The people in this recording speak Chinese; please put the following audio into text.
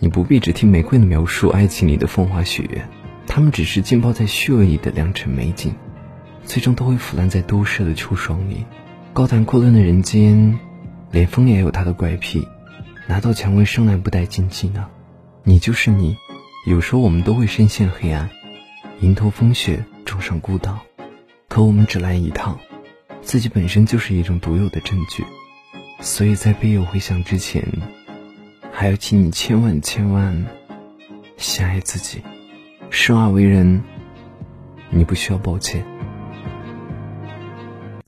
你不必只听玫瑰的描述爱情里的风花雪月，它们只是浸泡在虚伪里的良辰美景，最终都会腐烂在都市的秋霜里。高谈阔论的人间，连风也有它的怪癖，哪道蔷薇生来不带荆棘呢？你就是你，有时候我们都会深陷黑暗，迎头风雪，撞上孤岛，可我们只来一趟，自己本身就是一种独有的证据。所以在悲有回响之前，还要请你千万先爱自己。生而为人，你不需要抱歉。